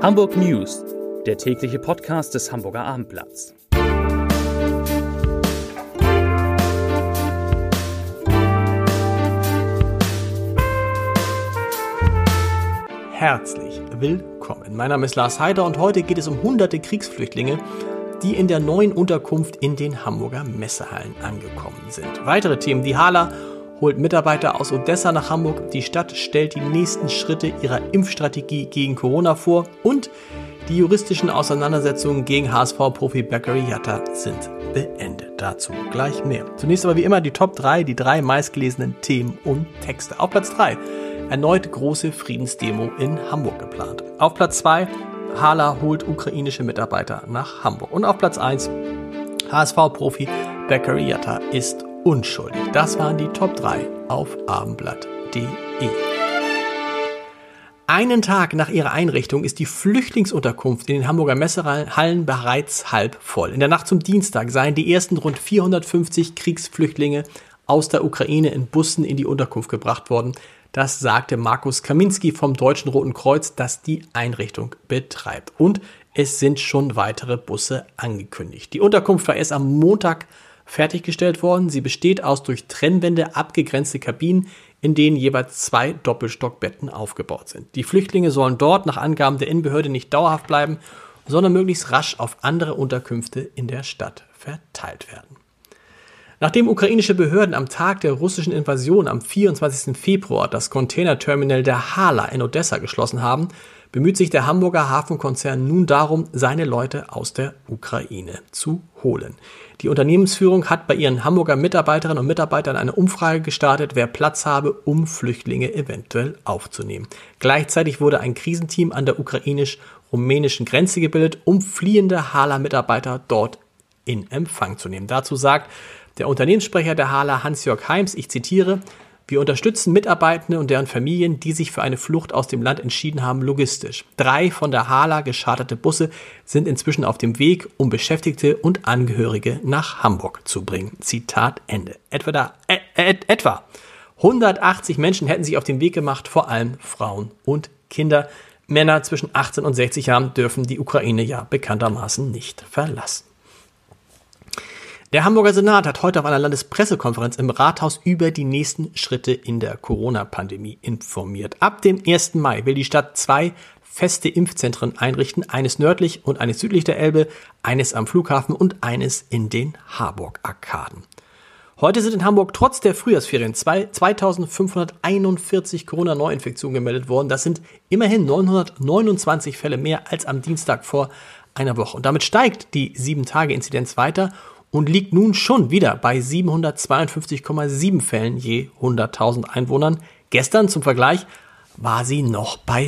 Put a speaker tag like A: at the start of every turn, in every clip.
A: Hamburg News, der tägliche Podcast des Hamburger Abendblatts.
B: Herzlich willkommen. Mein Name ist Lars Heider und heute geht es um hunderte Kriegsflüchtlinge, die in der neuen Unterkunft in den Hamburger Messehallen angekommen sind. Weitere Themen: Die HALA holt Mitarbeiter aus Odessa nach Hamburg, die Stadt stellt die nächsten Schritte ihrer Impfstrategie gegen Corona vor und die juristischen Auseinandersetzungen gegen HSV-Profi Bakary Yatta sind beendet. Dazu gleich mehr. Zunächst aber wie immer die Top 3, die 3 meistgelesenen Themen und Texte. Auf Platz 3, erneut große Friedensdemo in Hamburg geplant. Auf Platz 2, HALA holt ukrainische Mitarbeiter nach Hamburg. Und auf Platz 1, HSV-Profi Bakary Yatta ist unschuldig. Das waren die Top 3 auf abendblatt.de. Einen Tag nach ihrer Einrichtung ist die Flüchtlingsunterkunft in den Hamburger Messehallen bereits halb voll. In der Nacht zum Dienstag seien die ersten rund 450 Kriegsflüchtlinge aus der Ukraine in Bussen in die Unterkunft gebracht worden. Das sagte Markus Kaminski vom Deutschen Roten Kreuz, das die Einrichtung betreibt. Und es sind schon weitere Busse angekündigt. Die Unterkunft war erst am Montag fertiggestellt worden. Sie besteht aus durch Trennwände abgegrenzte Kabinen, in denen jeweils 2 Doppelstockbetten aufgebaut sind. Die Flüchtlinge sollen dort nach Angaben der Innenbehörde nicht dauerhaft bleiben, sondern möglichst rasch auf andere Unterkünfte in der Stadt verteilt werden. Nachdem ukrainische Behörden am Tag der russischen Invasion am 24. Februar das Containerterminal der HALA in Odessa geschlossen haben, bemüht sich der Hamburger Hafenkonzern nun darum, seine Leute aus der Ukraine zu holen. Die Unternehmensführung hat bei ihren Hamburger Mitarbeiterinnen und Mitarbeitern eine Umfrage gestartet, wer Platz habe, um Flüchtlinge eventuell aufzunehmen. Gleichzeitig wurde ein Krisenteam an der ukrainisch-rumänischen Grenze gebildet, um fliehende HALA-Mitarbeiter dort in Empfang zu nehmen. Dazu sagt der Unternehmenssprecher der HALA, Hans-Jörg Heims, ich zitiere: Wir unterstützen Mitarbeitende und deren Familien, die sich für eine Flucht aus dem Land entschieden haben, logistisch. 3 von der HALA gescharterte Busse sind inzwischen auf dem Weg, um Beschäftigte und Angehörige nach Hamburg zu bringen. Zitat Ende. Etwa 180 Menschen hätten sich auf den Weg gemacht, vor allem Frauen und Kinder. Männer zwischen 18 und 60 Jahren dürfen die Ukraine ja bekanntermaßen nicht verlassen. Der Hamburger Senat hat heute auf einer Landespressekonferenz im Rathaus über die nächsten Schritte in der Corona-Pandemie informiert. Ab dem 1. Mai will die Stadt 2 feste Impfzentren einrichten, eines nördlich und eines südlich der Elbe, eines am Flughafen und eines in den Harburg-Arkaden. Heute sind in Hamburg trotz der Frühjahrsferien 2541 Corona-Neuinfektionen gemeldet worden. Das sind immerhin 929 Fälle mehr als am Dienstag vor einer Woche. Und damit steigt die 7-Tage-Inzidenz weiter und liegt nun schon wieder bei 752,7 Fällen je 100.000 Einwohnern. Gestern zum Vergleich war sie noch bei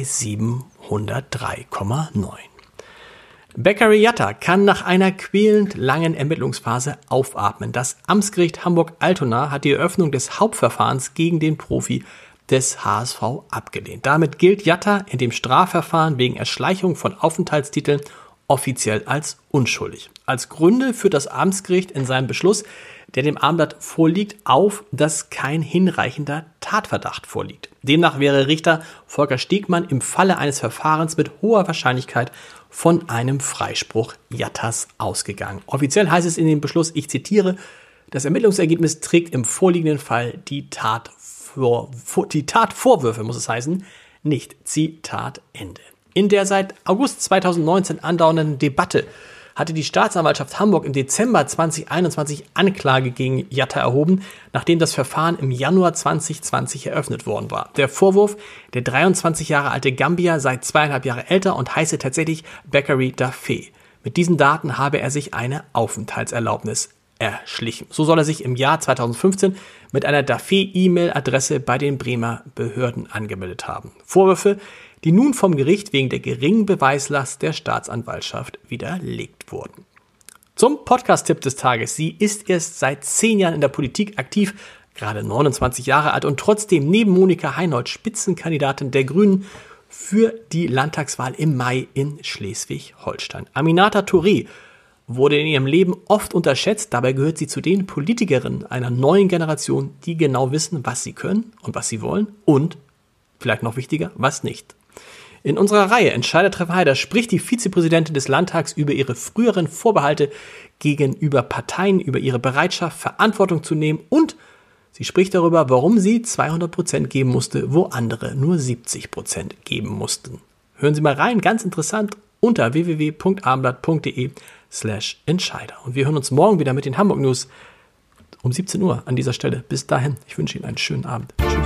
B: 703,9. Bakary Yatta kann nach einer quälend langen Ermittlungsphase aufatmen. Das Amtsgericht Hamburg-Altona hat die Eröffnung des Hauptverfahrens gegen den Profi des HSV abgelehnt. Damit gilt Yatta in dem Strafverfahren wegen Erschleichung von Aufenthaltstiteln offiziell als unschuldig. Als Gründe führt das Amtsgericht in seinem Beschluss, der dem Abendblatt vorliegt, auf, dass kein hinreichender Tatverdacht vorliegt. Demnach wäre Richter Volker Stegmann im Falle eines Verfahrens mit hoher Wahrscheinlichkeit von einem Freispruch Yattas ausgegangen. Offiziell heißt es in dem Beschluss, ich zitiere: Das Ermittlungsergebnis trägt im vorliegenden Fall die Tatvorwürfe, muss es heißen, nicht. Zitat Ende. In der seit August 2019 andauernden Debatte hatte die Staatsanwaltschaft Hamburg im Dezember 2021 Anklage gegen Yatta erhoben, nachdem das Verfahren im Januar 2020 eröffnet worden war. Der Vorwurf, der 23 Jahre alte Gambier sei 2,5 Jahre älter und heiße tatsächlich Bakary Dafé. Mit diesen Daten habe er sich eine Aufenthaltserlaubnis erschlichen. So soll er sich im Jahr 2015 mit einer Dafé-E-Mail-Adresse bei den Bremer Behörden angemeldet haben. Vorwürfe, die nun vom Gericht wegen der geringen Beweislast der Staatsanwaltschaft widerlegt wurden. Zum Podcast-Tipp des Tages. Sie ist erst seit 10 Jahren in der Politik aktiv, gerade 29 Jahre alt und trotzdem neben Monika Heinold Spitzenkandidatin der Grünen für die Landtagswahl im Mai in Schleswig-Holstein. Aminata Touré wurde in ihrem Leben oft unterschätzt. Dabei gehört sie zu den Politikerinnen einer neuen Generation, die genau wissen, was sie können und was sie wollen und, vielleicht noch wichtiger, was nicht. In unserer Reihe Entscheider treffen Heider spricht die Vizepräsidentin des Landtags über ihre früheren Vorbehalte gegenüber Parteien, über ihre Bereitschaft, Verantwortung zu nehmen und sie spricht darüber, warum sie 200% geben musste, wo andere nur 70% geben mussten. Hören Sie mal rein, ganz interessant, unter www.abendblatt.de/Entscheider. Und wir hören uns morgen wieder mit den Hamburg News um 17 Uhr an dieser Stelle. Bis dahin, ich wünsche Ihnen einen schönen Abend. Tschüss.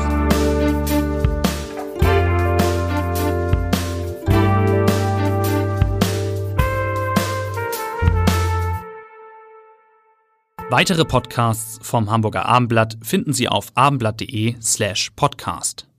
A: Weitere Podcasts vom Hamburger Abendblatt finden Sie auf abendblatt.de/podcast.